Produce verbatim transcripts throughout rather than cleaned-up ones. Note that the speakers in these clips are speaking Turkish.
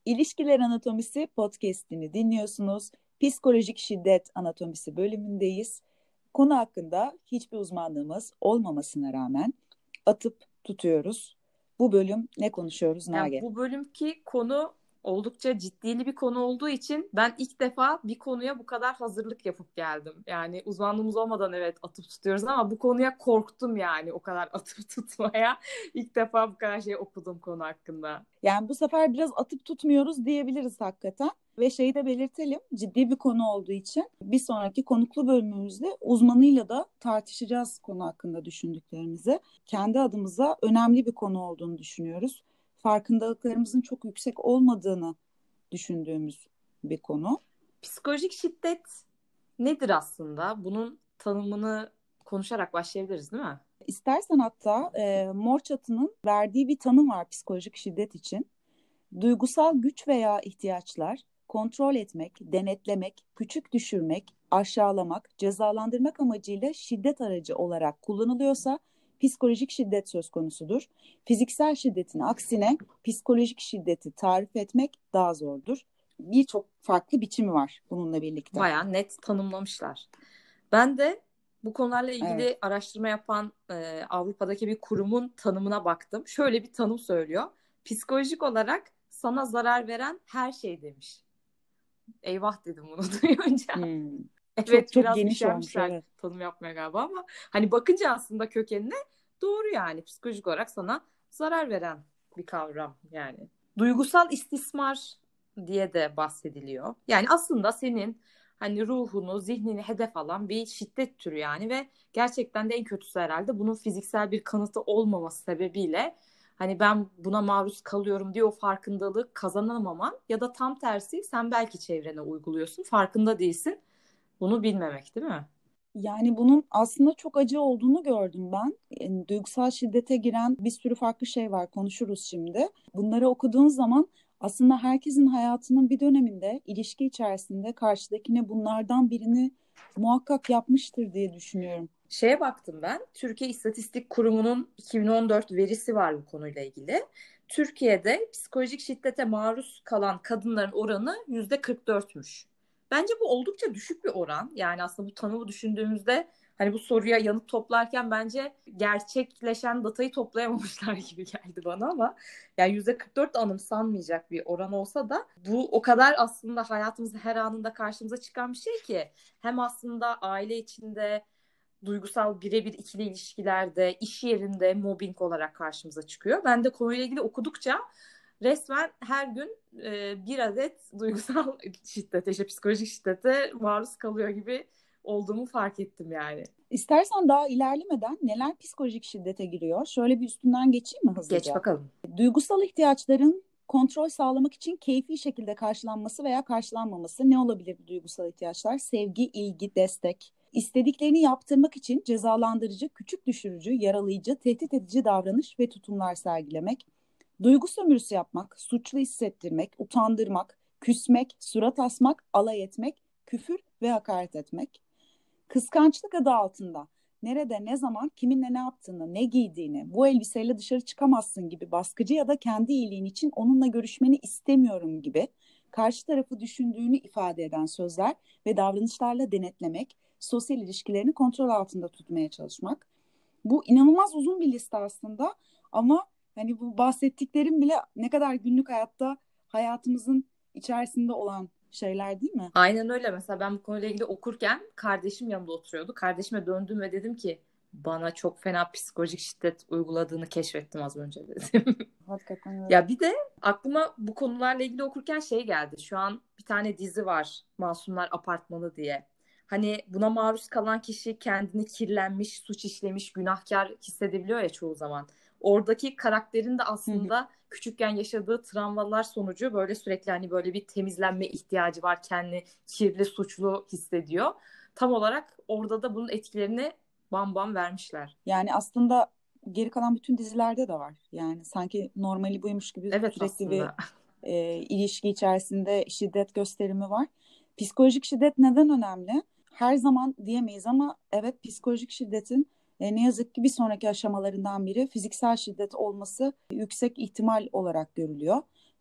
İlişkiler Anatomisi podcast'ini dinliyorsunuz. Psikolojik şiddet anatomisi bölümündeyiz. Konu hakkında hiçbir uzmanlığımız olmamasına rağmen atıp tutuyoruz. Bu bölüm ne konuşuyoruz Yani Nage? bu bölümki konu oldukça ciddili bir konu olduğu için ben ilk defa bir konuya bu kadar hazırlık yapıp geldim. Yani uzmanlığımız olmadan evet atıp tutuyoruz ama bu konuya korktum yani o kadar atıp tutmaya. İlk defa bu kadar şey okudum konu hakkında. Yani bu sefer biraz atıp tutmuyoruz diyebiliriz hakikaten. Ve şeyi de belirtelim, ciddi bir konu olduğu için bir sonraki konuklu bölümümüzde uzmanıyla da tartışacağız konu hakkında düşündüklerimizi. Kendi adımıza önemli bir konu olduğunu düşünüyoruz. Farkındalıklarımızın çok yüksek olmadığını düşündüğümüz bir konu. Psikolojik şiddet nedir aslında? Bunun tanımını konuşarak başlayabiliriz değil mi? İstersen hatta e, Mor Çatı'nın verdiği bir tanım var psikolojik şiddet için. Duygusal güç veya ihtiyaçlar, kontrol etmek, denetlemek, küçük düşürmek, aşağılamak, cezalandırmak amacıyla şiddet aracı olarak kullanılıyorsa psikolojik şiddet söz konusudur. Fiziksel şiddetin aksine psikolojik şiddeti tarif etmek daha zordur. Birçok farklı biçimi var bununla birlikte. Bayağı net tanımlamışlar. Ben de bu konularla ilgili Evet. araştırma yapan e, Avrupa'daki bir kurumun tanımına baktım. Şöyle bir tanım söylüyor. Psikolojik olarak sana zarar veren her şey demiş. Eyvah dedim bunu duyunca. Hmm. Evet Çok çok biraz geniş olmuş, üşenmişler evet. tanım yapmaya galiba ama hani bakınca aslında kökenine doğru yani. Psikolojik olarak sana zarar veren bir kavram yani. Duygusal istismar diye de bahsediliyor. Yani aslında senin hani ruhunu, zihnini hedef alan bir şiddet türü yani ve gerçekten de en kötüsü herhalde bunun fiziksel bir kanıtı olmaması sebebiyle hani ben buna maruz kalıyorum diye o farkındalığı kazanamaman ya da tam tersi sen belki çevrene uyguluyorsun, farkında değilsin. Bunu bilmemek değil mi? Yani bunun aslında çok acı olduğunu gördüm ben. Yani duygusal şiddete giren bir sürü farklı şey var, konuşuruz şimdi. Bunları okuduğun zaman aslında herkesin hayatının bir döneminde, ilişki içerisinde karşıdakine bunlardan birini muhakkak yapmıştır diye düşünüyorum. Şeye baktım ben. Türkiye İstatistik Kurumu'nun iki bin on dört verisi var bu konuyla ilgili. Türkiye'de psikolojik şiddete maruz kalan kadınların oranı yüzde kırk dörtmüş. Bence bu oldukça düşük bir oran. Yani aslında bu tanımı düşündüğümüzde hani bu soruya yanıt toplarken bence gerçekleşen datayı toplayamamışlar gibi geldi bana ama yani yüzde kırk dört de anımsanmayacak bir oran olsa da bu o kadar aslında hayatımızın her anında karşımıza çıkan bir şey ki hem aslında aile içinde duygusal birebir ikili ilişkilerde, iş yerinde mobbing olarak karşımıza çıkıyor. Ben de konuyla ilgili okudukça resmen her gün e, bir adet duygusal şiddete, işte psikolojik şiddete maruz kalıyor gibi olduğumu fark ettim yani. İstersen daha ilerlemeden neler psikolojik şiddete giriyor? Şöyle bir üstünden geçeyim mi Geç hızlıca? bakalım. Duygusal ihtiyaçların kontrol sağlamak için keyfi şekilde karşılanması veya karşılanmaması. Ne olabilir bu duygusal ihtiyaçlar? Sevgi, ilgi, destek. İstediklerini yaptırmak için cezalandırıcı, küçük düşürücü, yaralayıcı, tehdit edici davranış ve tutumlar sergilemek. Duygu sömürüsü yapmak, suçlu hissettirmek, utandırmak, küsmek, surat asmak, alay etmek, küfür ve hakaret etmek. Kıskançlık adı altında nerede, ne zaman, kiminle ne yaptığını, ne giydiğini, bu elbiseyle dışarı çıkamazsın gibi baskıcı ya da kendi iyiliğin için onunla görüşmeni istemiyorum gibi karşı tarafı düşündüğünü ifade eden sözler ve davranışlarla denetlemek, sosyal ilişkilerini kontrol altında tutmaya çalışmak. Bu inanılmaz uzun bir liste aslında ama hani bu bahsettiklerim bile ne kadar günlük hayatta hayatımızın içerisinde olan şeyler değil mi? Aynen öyle. Mesela ben bu konuyla ilgili okurken kardeşim yanımda oturuyordu. Kardeşime döndüm ve dedim ki bana çok fena psikolojik şiddet uyguladığını keşfettim az önce dedim. Hakikaten öyle. Ya bir de aklıma bu konularla ilgili okurken şey geldi. Şu an bir tane dizi var. Masumlar Apartmanı diye. Hani buna maruz kalan kişi kendini kirlenmiş, suç işlemiş, günahkar hissedebiliyor ya çoğu zaman. Oradaki karakterin de Hı hı. aslında küçükken yaşadığı travmalar sonucu böyle sürekli hani böyle bir temizlenme ihtiyacı var. Kendini kirli, suçlu hissediyor. Tam olarak orada da bunun etkilerini bam bam vermişler. Yani aslında geri kalan bütün dizilerde de var. Yani sanki normali buymuş gibi Evet sürekli bir aslında. e, ilişki içerisinde şiddet gösterimi var. Psikolojik şiddet neden önemli? Her zaman diyemeyiz ama evet, psikolojik şiddetin e, ne yazık ki bir sonraki aşamalarından biri fiziksel şiddet olması yüksek ihtimal olarak görülüyor.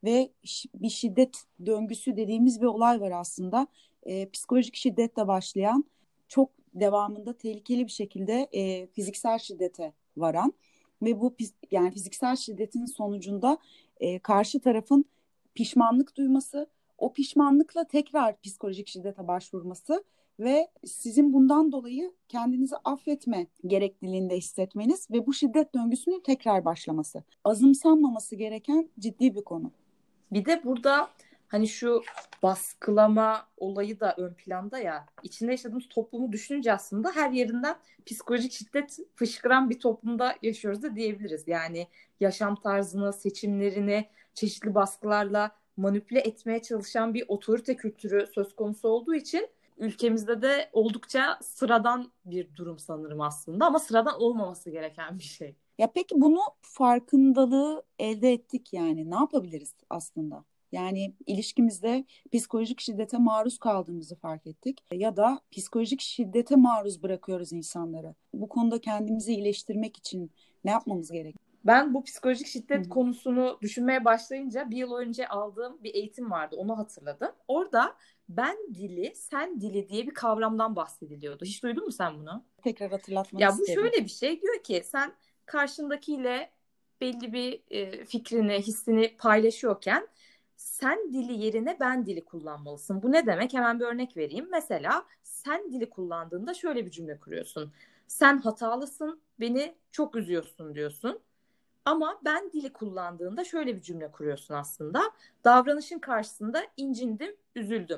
ve bir şiddet döngüsü dediğimiz bir olay var aslında. E, psikolojik şiddetle başlayan, çok devamında tehlikeli bir şekilde e, fiziksel şiddete varan ve bu yani fiziksel şiddetin sonucunda e, karşı tarafın pişmanlık duyması, o pişmanlıkla tekrar psikolojik şiddete başvurması ve sizin bundan dolayı kendinizi affetme gerekliliğinde hissetmeniz ve bu şiddet döngüsünün tekrar başlaması. Azımsanmaması gereken ciddi bir konu. Bir de burada hani şu baskılama olayı da ön planda ya. İçinde yaşadığımız toplumu düşününce aslında her yerinden psikolojik şiddet fışkıran bir toplumda yaşıyoruz da diyebiliriz. Yani yaşam tarzını, seçimlerini çeşitli baskılarla manipüle etmeye çalışan bir otorite kültürü söz konusu olduğu için ülkemizde de oldukça sıradan bir durum sanırım aslında, ama sıradan olmaması gereken bir şey. Ya peki bunu farkındalığı elde ettik, yani ne yapabiliriz aslında? Yani ilişkimizde psikolojik şiddete maruz kaldığımızı fark ettik ya da psikolojik şiddete maruz bırakıyoruz insanları. Bu konuda kendimizi iyileştirmek için ne yapmamız gerek? Ben bu psikolojik şiddet Hı-hı. konusunu düşünmeye başlayınca bir yıl önce aldığım bir eğitim vardı. Onu hatırladım. Orada ben dili, sen dili diye bir kavramdan bahsediliyordu. Hiç duydun mu sen bunu? Tekrar hatırlatmanı ya bu isterim. şöyle bir şey, diyor ki sen karşındakiyle belli bir e, fikrini, hissini paylaşıyorken sen dili yerine ben dili kullanmalısın. Bu ne demek? Hemen bir örnek vereyim. Mesela sen dili kullandığında şöyle bir cümle kuruyorsun. Sen hatalısın, beni çok üzüyorsun diyorsun. Ama ben dili kullandığında şöyle bir cümle kuruyorsun aslında. Davranışın karşısında incindim, üzüldüm.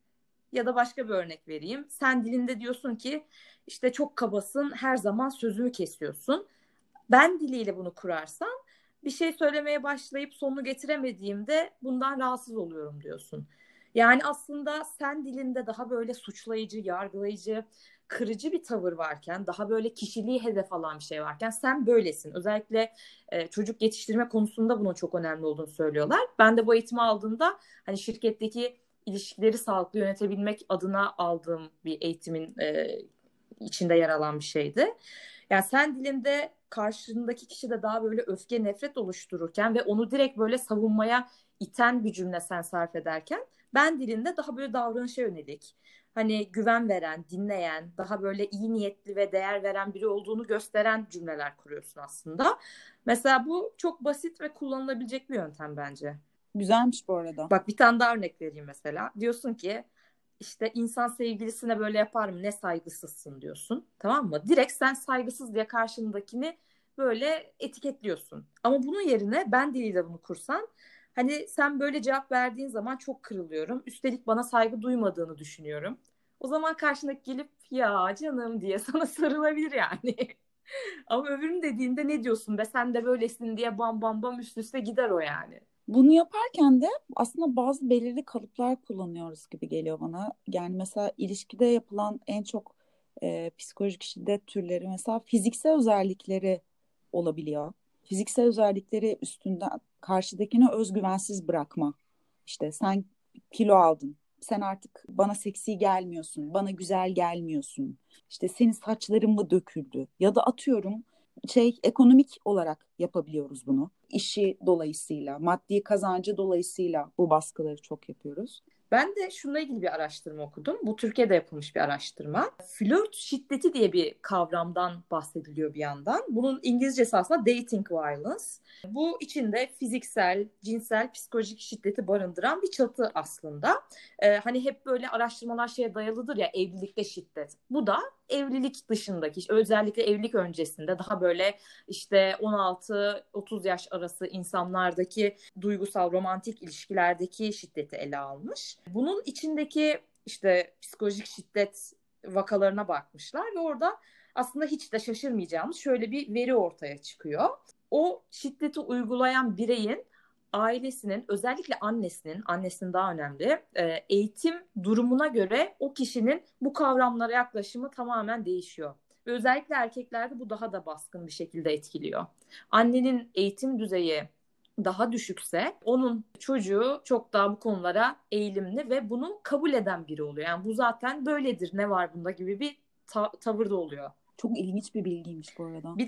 Ya da başka bir örnek vereyim. Sen dilinde diyorsun ki işte çok kabasın, her zaman sözümü kesiyorsun. Ben diliyle bunu kurarsan bir şey söylemeye başlayıp sonunu getiremediğimde bundan rahatsız oluyorum diyorsun. Yani aslında sen dilinde daha böyle suçlayıcı, yargılayıcı, kırıcı bir tavır varken, daha böyle kişiliği hedef alan bir şey varken sen böylesin. Özellikle e, çocuk yetiştirme konusunda bunun çok önemli olduğunu söylüyorlar. Ben de bu eğitimi aldığımda hani şirketteki ilişkileri sağlıklı yönetebilmek adına aldığım bir eğitimin e, içinde yer alan bir şeydi. Yani sen dilinde karşındaki kişi de daha böyle öfke, nefret oluştururken ve onu direkt böyle savunmaya iten bir cümle sen sarf ederken, ben dilinde daha böyle davranışa yönelik, hani güven veren, dinleyen, daha böyle iyi niyetli ve değer veren biri olduğunu gösteren cümleler kuruyorsun aslında. Mesela bu çok basit ve kullanılabilecek bir yöntem bence. Güzelmiş bu arada. Bak bir tane daha örnek vereyim mesela. Diyorsun ki işte insan sevgilisine böyle yapar mı, ne saygısızsın diyorsun, tamam mı? Direkt sen saygısız diye karşındakini böyle etiketliyorsun. Ama bunun yerine ben diliyle bunu kursan, hani sen böyle cevap verdiğin zaman çok kırılıyorum, üstelik bana saygı duymadığını düşünüyorum. O zaman karşındaki gelip ya canım diye sana sarılabilir yani. Ama öbürünün dediğinde ne diyorsun be sen de böylesin diye bam bam bam üst üste gider o yani. Bunu yaparken de aslında bazı belirli kalıplar kullanıyoruz gibi geliyor bana. Yani mesela ilişkide yapılan en çok e, psikolojik şiddet türleri mesela fiziksel özellikleri olabiliyor. Fiziksel özellikleri üstünden karşıdakine özgüvensiz bırakma. İşte sen kilo aldın. Sen artık bana seksi gelmiyorsun. Bana güzel gelmiyorsun. İşte senin saçların mı döküldü? Ya da atıyorum şey, ekonomik olarak yapabiliyoruz bunu. İşi dolayısıyla, maddi kazancı dolayısıyla bu baskıları çok yapıyoruz. Ben de şununla ilgili bir araştırma okudum. Bu Türkiye'de yapılmış bir araştırma. Flört şiddeti diye bir kavramdan bahsediliyor bir yandan. Bunun İngilizcesi aslında dating violence. Bu içinde fiziksel, cinsel, psikolojik şiddeti barındıran bir çatı aslında. Ee, hani hep böyle araştırmalar şeye dayalıdır ya, evlilikte şiddet. Bu da evlilik dışındaki, özellikle evlilik öncesinde daha böyle işte on altı otuz yaş arası insanlardaki duygusal romantik ilişkilerdeki şiddeti ele almış. Bunun içindeki işte psikolojik şiddet vakalarına bakmışlar ve orada aslında hiç de şaşırmayacağımız şöyle bir veri ortaya çıkıyor. O şiddeti uygulayan bireyin ailesinin, özellikle annesinin, annesinin daha önemli, eğitim durumuna göre o kişinin bu kavramlara yaklaşımı tamamen değişiyor. Ve özellikle erkeklerde bu daha da baskın bir şekilde etkiliyor. Annenin eğitim düzeyi daha düşükse onun çocuğu çok daha bu konulara eğilimli ve bunu kabul eden biri oluyor. Yani bu zaten böyledir, ne var bunda gibi bir ta- tavır da oluyor. Çok ilginç bir bilgiymiş bu arada. Bir de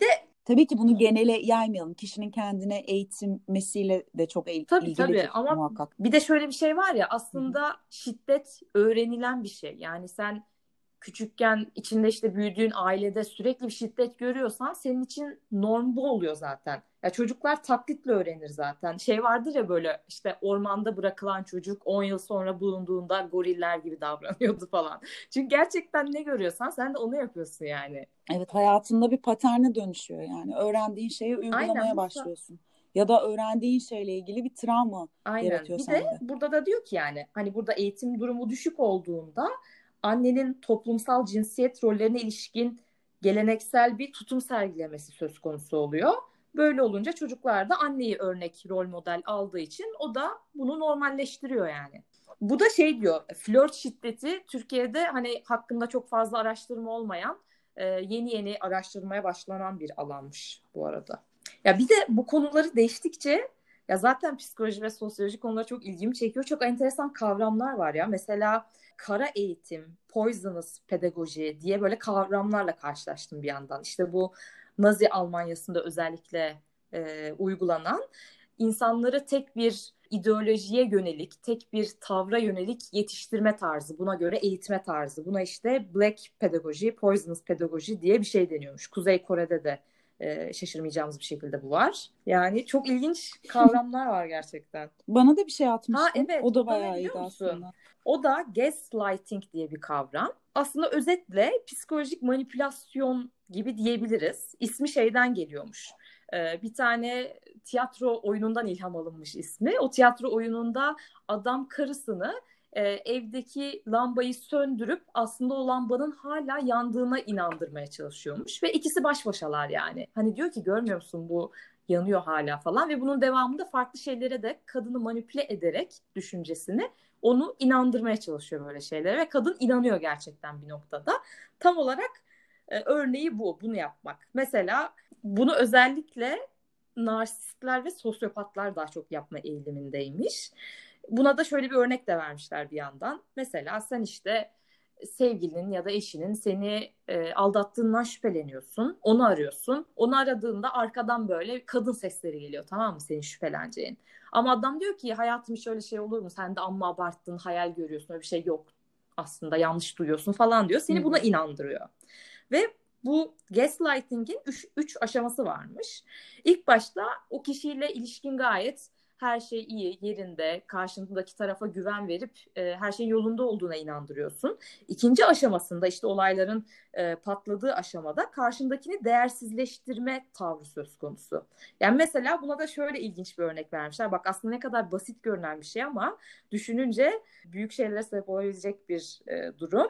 Tabii ki bunu genele yaymayalım. Kişinin kendine eğitilmesiyle de çok il- Tabii tabii ilgilidir ama muhakkak. bir de şöyle bir şey var ya, Hı hı. aslında şiddet öğrenilen bir şey. Yani sen küçükken içinde işte büyüdüğün ailede sürekli bir şiddet görüyorsan senin için norm bu oluyor zaten. Ya çocuklar taklitle öğrenir zaten. Şey vardır ya, böyle işte ormanda bırakılan çocuk on yıl sonra bulunduğunda goriller gibi davranıyordu falan. Çünkü gerçekten ne görüyorsan sen de onu yapıyorsun yani. Evet, hayatında bir paterne dönüşüyor yani. Öğrendiğin şeyi Aynen uygulamaya mesela. başlıyorsun. Ya da öğrendiğin şeyle ilgili bir travma Aynen. yaratıyor Bir de sende. burada da diyor ki yani hani burada eğitim durumu düşük olduğunda annenin toplumsal cinsiyet rollerine ilişkin geleneksel bir tutum sergilemesi söz konusu oluyor. Böyle olunca çocuklar da anneyi örnek rol model aldığı için o da bunu normalleştiriyor yani. Bu da şey diyor, flört şiddeti Türkiye'de hani hakkında çok fazla araştırma olmayan, e, yeni yeni araştırmaya başlanan bir alanmış bu arada. Ya bir de bu konuları değiştikçe, ya zaten psikoloji ve sosyoloji konuları çok ilgimi çekiyor. Çok enteresan kavramlar var ya. Mesela kara eğitim, poisonous pedagoji diye böyle kavramlarla karşılaştım bir yandan. İşte bu Nazi Almanyası'nda özellikle e, uygulanan, insanları tek bir ideolojiye yönelik, tek bir tavra yönelik yetiştirme tarzı, buna göre eğitme tarzı. Buna işte black pedagoji, poisonous pedagoji diye bir şey deniyormuş. Kuzey Kore'de de e, şaşırmayacağımız bir şekilde bu var. Yani çok ilginç kavramlar var gerçekten. Bana da bir şey Ha atmıştın. evet, O da o da ne bayağı biliyor iyiydi musun? aslında. O da gaslighting diye bir kavram. Aslında özetle psikolojik manipülasyon gibi diyebiliriz. İsmi şeyden geliyormuş. Ee, bir tane tiyatro oyunundan ilham alınmış ismi. O tiyatro oyununda adam karısını e, evdeki lambayı söndürüp aslında o lambanın hala yandığına inandırmaya çalışıyormuş. Ve ikisi baş başalar yani. Hani diyor ki görmüyor musun, bu yanıyor hala falan, ve bunun devamında farklı şeylere de kadını manipüle ederek düşüncesini onu inandırmaya çalışıyor böyle şeylere ve kadın inanıyor gerçekten bir noktada. Tam olarak e, örneği bu, bunu yapmak. Mesela bunu özellikle narsistler ve sosyopatlar daha çok yapma eğilimindeymiş. Buna da şöyle bir örnek de vermişler bir yandan. Mesela sen işte sevgilinin ya da eşinin seni e, aldattığından şüpheleniyorsun. Onu arıyorsun. Onu aradığında arkadan böyle kadın sesleri geliyor, tamam mı, senin şüpheleneceğin. Ama adam diyor ki hayatım hiç öyle şey olur mu? Sen de amma abarttın, hayal görüyorsun, öyle bir şey yok. Aslında yanlış duyuyorsun falan diyor. Hı Seni buna hı. inandırıyor. Ve bu gaslighting'in üç aşaması varmış. İlk başta o kişiyle ilişkin gayet her şey iyi, yerinde, karşındaki tarafa güven verip e, her şeyin yolunda olduğuna inandırıyorsun. İkinci aşamasında işte olayların e, patladığı aşamada karşındakini değersizleştirme tavrı söz konusu. Yani mesela buna da şöyle ilginç bir örnek vermişler. Bak aslında ne kadar basit görünen bir şey ama düşününce büyük şeylere sebep olabilecek bir e, durum.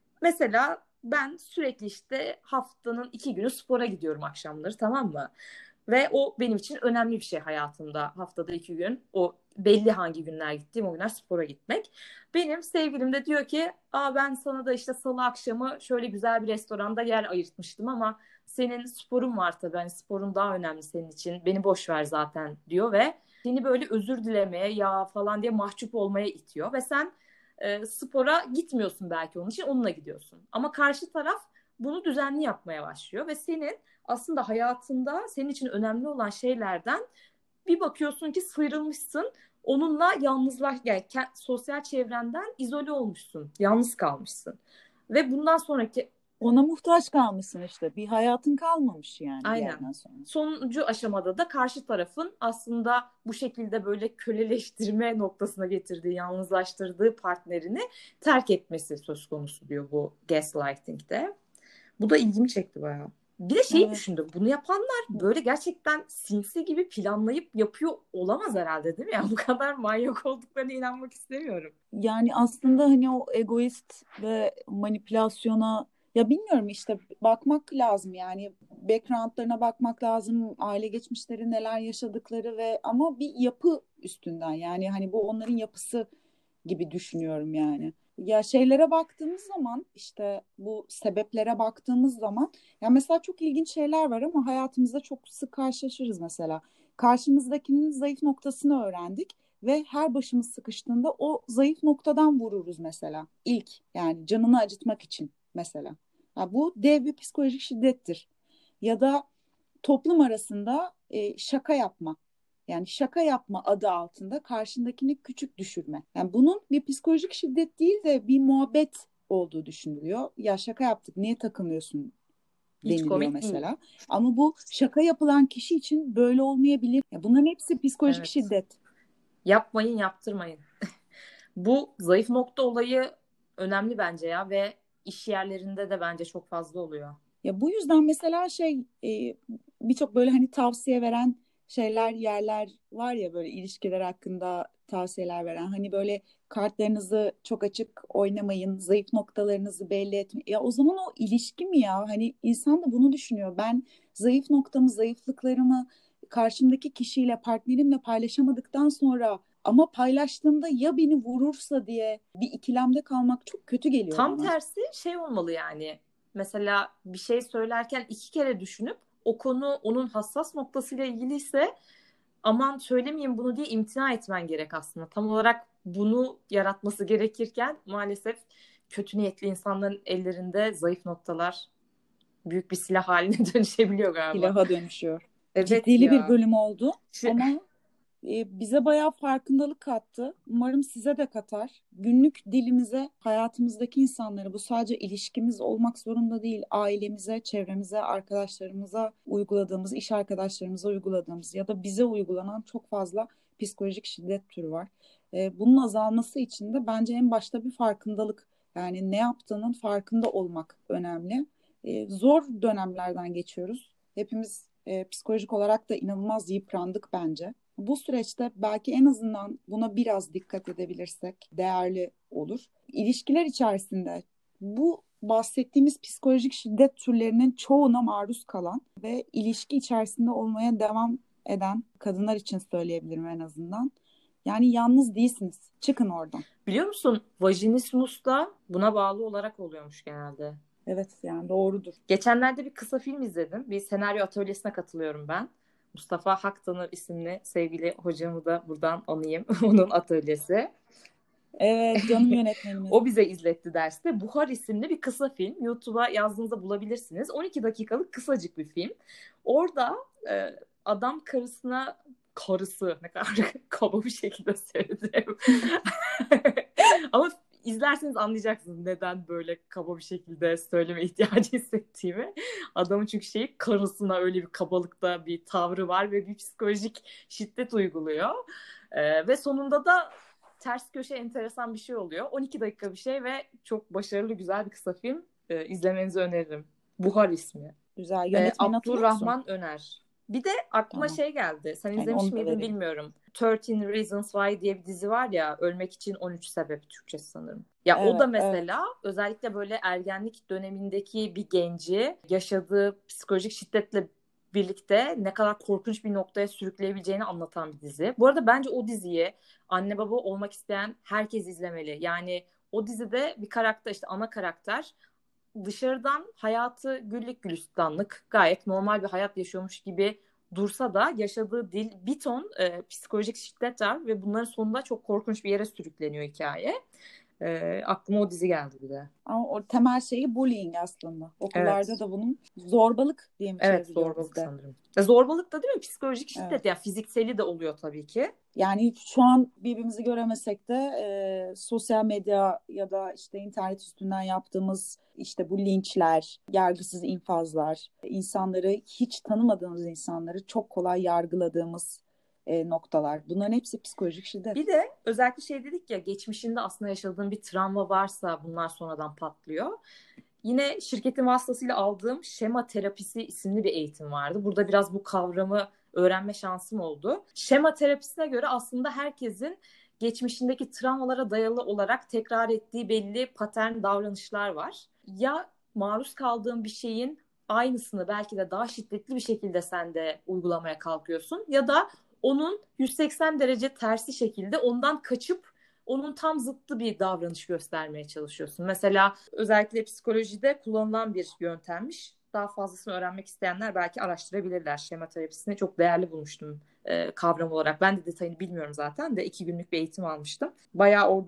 Mesela ben sürekli işte haftanın iki günü spora gidiyorum akşamları, tamam mı? Ve o benim için önemli bir şey hayatımda. Haftada iki gün o belli hangi günler gittiğim o günler spora gitmek. Benim sevgilim de diyor ki aa ben sana da işte salı akşamı şöyle güzel bir restoranda yer ayırtmıştım ama senin sporun var tabii. Hani sporun daha önemli senin için. Beni boş ver zaten diyor ve seni böyle özür dilemeye ya falan diye mahcup olmaya itiyor. Ve sen e, spora gitmiyorsun belki onun için, onunla gidiyorsun. Ama karşı taraf bunu düzenli yapmaya başlıyor ve senin aslında hayatında senin için önemli olan şeylerden bir bakıyorsun ki sıyrılmışsın. Onunla yalnızlaş, yani sosyal çevrenden izole olmuşsun, yalnız kalmışsın. Ve bundan sonraki Ona muhtaç kalmışsın işte. Bir hayatın kalmamış yani bir aynen yerden sonra. sonuncu aşamada da karşı tarafın aslında bu şekilde böyle köleleştirme noktasına getirdiği, yalnızlaştırdığı partnerini terk etmesi söz konusu diyor bu gaslighting'de. Bu da ilgimi çekti bayağı. Bir de şeyi Evet. düşündüm. Bunu yapanlar böyle gerçekten sinsi gibi planlayıp yapıyor olamaz herhalde, değil mi? Yani bu kadar manyak olduklarına inanmak istemiyorum. Yani aslında hani o egoist ve manipülasyona, ya bilmiyorum işte, bakmak lazım yani, backgroundlarına bakmak lazım, aile geçmişleri neler yaşadıkları, ve ama bir yapı üstünden, yani hani bu onların yapısı gibi düşünüyorum yani. Ya şeylere baktığımız zaman, işte bu sebeplere baktığımız zaman, ya mesela çok ilginç şeyler var ama hayatımızda çok sık karşılaşırız mesela. Karşımızdakinin zayıf noktasını öğrendik ve her başımız sıkıştığında o zayıf noktadan vururuz mesela. İlk, yani canını acıtmak için mesela. Ya bu dev bir psikolojik şiddettir. Ya da toplum arasında e, şaka yapma. Yani şaka yapma adı altında karşındakini küçük düşürme. Yani bunun bir psikolojik şiddet değil de bir muhabbet olduğu düşünülüyor. Ya şaka yaptık, niye takılıyorsun Hiç deniliyor komik değil. mesela. Ama bu şaka yapılan kişi için böyle olmayabilir. Ya bunların hepsi psikolojik Evet. şiddet. Yapmayın, yaptırmayın. Bu zayıf nokta olayı önemli bence ya ve iş yerlerinde de bence çok fazla oluyor. Ya bu yüzden mesela şey e, birçok böyle hani tavsiye veren şeyler yerler var ya, böyle ilişkiler hakkında tavsiyeler veren, hani böyle kartlarınızı çok açık oynamayın, zayıf noktalarınızı belli etmeyin. Ya o zaman o ilişki mi ya? Hani insan da bunu düşünüyor. Ben zayıf noktamı, zayıflıklarımı karşımdaki kişiyle, partnerimle paylaşamadıktan sonra ama paylaştığımda ya beni vurursa diye bir ikilemde kalmak çok kötü geliyor Tam bana. tersi şey olmalı yani. Mesela bir şey söylerken iki kere düşünüp o konu onun hassas noktasıyla ilgiliyse aman söylemeyeyim bunu diye imtina etmen gerek aslında. Tam olarak bunu yaratması gerekirken maalesef kötü niyetli insanların ellerinde zayıf noktalar büyük bir silah haline dönüşebiliyor galiba. Silaha dönüşüyor. Evet Ciddili bir ya. bölüm oldu Şi- ama e, bize bayağı farkındalık kattı. Umarım size de katar. Günlük dilimize, hayatımızdaki insanları, bu sadece ilişkimiz olmak zorunda değil, ailemize, çevremize, arkadaşlarımıza uyguladığımız, iş arkadaşlarımıza uyguladığımız ya da bize uygulanan çok fazla psikolojik şiddet türü var. E, bunun azalması için de bence en başta bir farkındalık, yani ne yaptığının farkında olmak önemli. E, zor dönemlerden geçiyoruz. Hepimiz e, psikolojik olarak da inanılmaz yıprandık bence. Bu süreçte belki en azından buna biraz dikkat edebilirsek değerli olur. İlişkiler içerisinde bu bahsettiğimiz psikolojik şiddet türlerinin çoğuna maruz kalan ve ilişki içerisinde olmaya devam eden kadınlar için söyleyebilirim en azından. Yani yalnız değilsiniz. Çıkın oradan. Biliyor musun? Vajinismus da buna bağlı olarak oluyormuş genelde. Evet, yani doğrudur. Geçenlerde bir kısa film izledim. Bir senaryo atölyesine katılıyorum ben. Mustafa Haktanır isimli sevgili hocamı da buradan anayım. Onun atölyesi. Evet, canım yönetmenimiz. O bize izletti derste. Buhar isimli bir kısa film. YouTube'a yazdığınızda bulabilirsiniz. on iki dakikalık kısacık bir film. Orada e, adam karısına karısı ne kadar kaba bir şekilde söyledim. Ama izlerseniz anlayacaksınız neden böyle kaba bir şekilde söyleme ihtiyacı hissettiğimi. Adamın çünkü şeyi karısına öyle bir kabalıkta bir tavrı var ve bir psikolojik şiddet uyguluyor. Ee, ve sonunda da ters köşe enteresan bir şey oluyor. on iki dakika bir şey ve çok başarılı güzel bir kısa film. Ee, izlemenizi öneririm. Buhar ismi. Güzel. Ee, Yönetmeni hatırlıyor musun? Abdurrahman Öner. Bir de aklıma Tamam. şey geldi. Sen Yani izlemiş onu da miydin vereyim. bilmiyorum. on üç Reasons Why diye bir dizi var ya. Ölmek için on üç sebep Türkçesi sanırım. Ya o da Evet, evet. mesela özellikle böyle ergenlik dönemindeki bir genci yaşadığı psikolojik şiddetle birlikte ne kadar korkunç bir noktaya sürükleyebileceğini anlatan bir dizi. Bu arada bence o diziyi anne baba olmak isteyen herkes izlemeli. Yani o dizide bir karakter, işte ana karakter dışarıdan hayatı güllük gülistanlık gayet normal bir hayat yaşıyormuş gibi dursa da yaşadığı dil bir ton e, psikolojik şiddet var ve bunların sonunda çok korkunç bir yere sürükleniyor hikaye. E, aklıma o dizi geldi bir de. Ama o temel şeyi bullying aslında. Okullarda Evet. da bunun zorbalık diye mi Evet, çevriliyor zorbalık bizde? sanırım. E, zorbalık da değil mi? Psikolojik Evet. şiddet ya fizikseli de oluyor tabii ki. Yani şu an birbirimizi göremesek de e, sosyal medya ya da işte internet üstünden yaptığımız işte bu linçler, yargısız infazlar, insanları, hiç tanımadığımız insanları çok kolay yargıladığımız e, noktalar. Bunların hepsi psikolojik şiddet. Bir de özellikle şey dedik ya, geçmişinde aslında yaşadığın bir travma varsa bunlar sonradan patlıyor. Yine şirketin vasıtasıyla aldığım şema terapisi isimli bir eğitim vardı. Burada biraz bu kavramı öğrenme şansım oldu. Şema terapisine göre aslında herkesin geçmişindeki travmalara dayalı olarak tekrar ettiği belli patern davranışlar var. Ya maruz kaldığın bir şeyin aynısını belki de daha şiddetli bir şekilde sen de uygulamaya kalkıyorsun ya da onun yüz seksen derece tersi şekilde ondan kaçıp onun tam zıttı bir davranış göstermeye çalışıyorsun. Mesela özellikle psikolojide kullanılan bir yöntemmiş. Daha fazlasını öğrenmek isteyenler belki araştırabilirler. Şema terapisini çok değerli bulmuştum e, kavram olarak. Ben de detayını bilmiyorum zaten de iki günlük bir eğitim almıştım. Bayağı oradan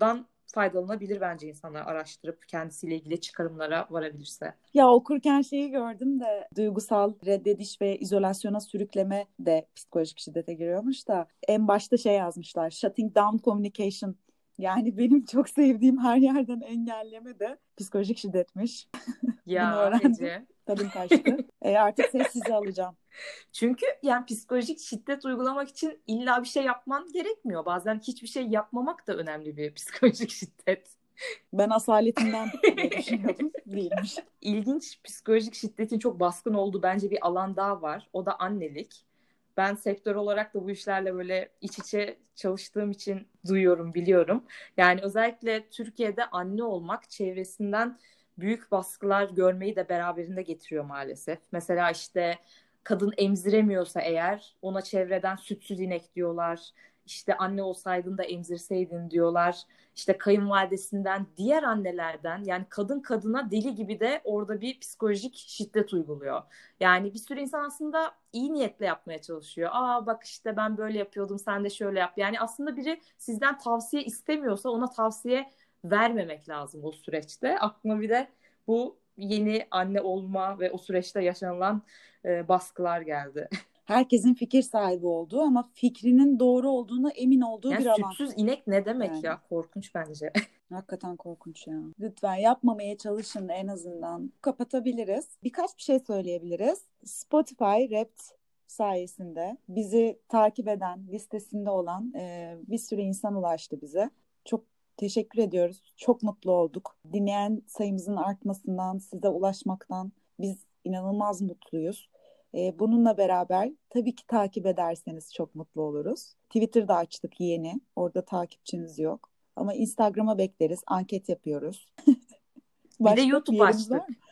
faydalanabilir bence insanlar araştırıp kendisiyle ilgili çıkarımlara varabilirse. Ya okurken şeyi gördüm de duygusal reddediş ve izolasyona sürükleme de psikolojik şiddete giriyormuş da en başta şey yazmışlar. Shutting down communication. Yani benim çok sevdiğim her yerden engelleme de psikolojik şiddetmiş. Bunu Ya öğrendim. Ece. Tadım kaçtı. E artık sessize alacağım. Çünkü yani psikolojik şiddet uygulamak için illa bir şey yapman gerekmiyor. Bazen hiçbir şey yapmamak da önemli bir psikolojik şiddet. Ben asaletimden diye düşünüyordum. Değilmiş. İlginç, psikolojik şiddetin çok baskın olduğu bence bir alan daha var. O da annelik. Ben sektör olarak da bu işlerle böyle iç içe çalıştığım için duyuyorum, biliyorum. Yani özellikle Türkiye'de anne olmak çevresinden büyük baskılar görmeyi de beraberinde getiriyor maalesef. Mesela işte kadın emziremiyorsa eğer ona çevreden sütsüz inek diyorlar. İşte anne olsaydın da emzirseydin diyorlar. İşte kayınvalidesinden, diğer annelerden, yani kadın kadına deli gibi de orada bir psikolojik şiddet uyguluyor. Yani bir sürü insan aslında iyi niyetle yapmaya çalışıyor. Aa bak işte ben böyle yapıyordum, sen de şöyle yap. Yani aslında biri sizden tavsiye istemiyorsa ona tavsiye vermemek lazım o süreçte. Aklıma bir de bu yeni anne olma ve o süreçte yaşanılan e, baskılar geldi. Herkesin fikir sahibi olduğu ama fikrinin doğru olduğuna emin olduğu Yani bir alan. sütsüz inek ne demek Yani. ya? Korkunç bence. Hakikaten korkunç ya. Lütfen yapmamaya çalışın en azından. Kapatabiliriz. Birkaç bir şey söyleyebiliriz. Spotify Wrapped sayesinde bizi takip eden, listesinde olan e, bir sürü insan ulaştı bize. Çok teşekkür ediyoruz. Çok mutlu olduk. Dinleyen sayımızın artmasından, size ulaşmaktan biz inanılmaz mutluyuz. E, bununla beraber tabii ki takip ederseniz çok mutlu oluruz. Twitter'da açtık yeni. Orada takipçiniz yok. Ama Instagram'a bekleriz. Anket yapıyoruz. Bir de Başka bir YouTube yerimiz var açtık. mı?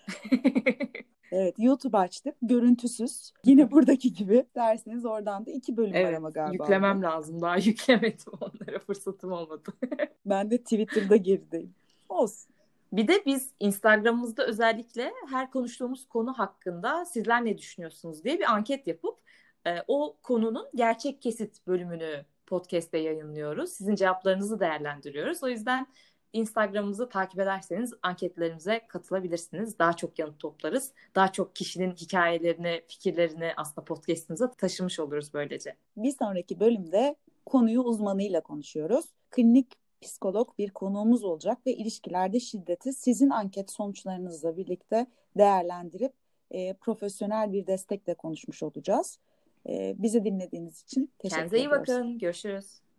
Evet, YouTube açtık. Görüntüsüz. Yine buradaki gibi derseniz oradan da iki bölüm var Evet, ama galiba bugün. yüklemem lazım. Daha yüklemedim, onlara fırsatım olmadı. Ben de Twitter'da gerideyim. Olsun. Bir de biz Instagram'ımızda özellikle her konuştuğumuz konu hakkında sizler ne düşünüyorsunuz diye bir anket yapıp e, o konunun gerçek kesit bölümünü podcast'te yayınlıyoruz. Sizin cevaplarınızı değerlendiriyoruz. O yüzden Instagram'ımızı takip ederseniz anketlerimize katılabilirsiniz. Daha çok yanıt toplarız. Daha çok kişinin hikayelerini, fikirlerini aslında podcast'imize taşımış oluruz böylece. Bir sonraki bölümde konuyu uzmanıyla konuşuyoruz. Klinik psikolog bir konuğumuz olacak ve ilişkilerde şiddeti sizin anket sonuçlarınızla birlikte değerlendirip e, profesyonel bir destekle konuşmuş olacağız. E, bizi dinlediğiniz için teşekkür Kendinize iyi ediyoruz. bakın. Görüşürüz.